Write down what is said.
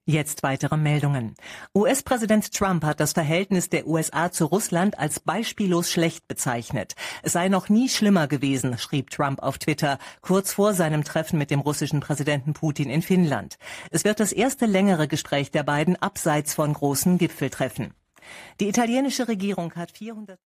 Jetzt weitere Meldungen. US-Präsident Trump hat das Verhältnis der USA zu Russland als beispiellos schlecht bezeichnet. Es sei noch nie schlimmer gewesen, schrieb Trump auf Twitter, kurz vor seinem Treffen mit dem russischen Präsidenten Putin in Finnland. Es wird das erste längere Gespräch der beiden abseits von großen Gipfeltreffen. Die italienische Regierung hat 400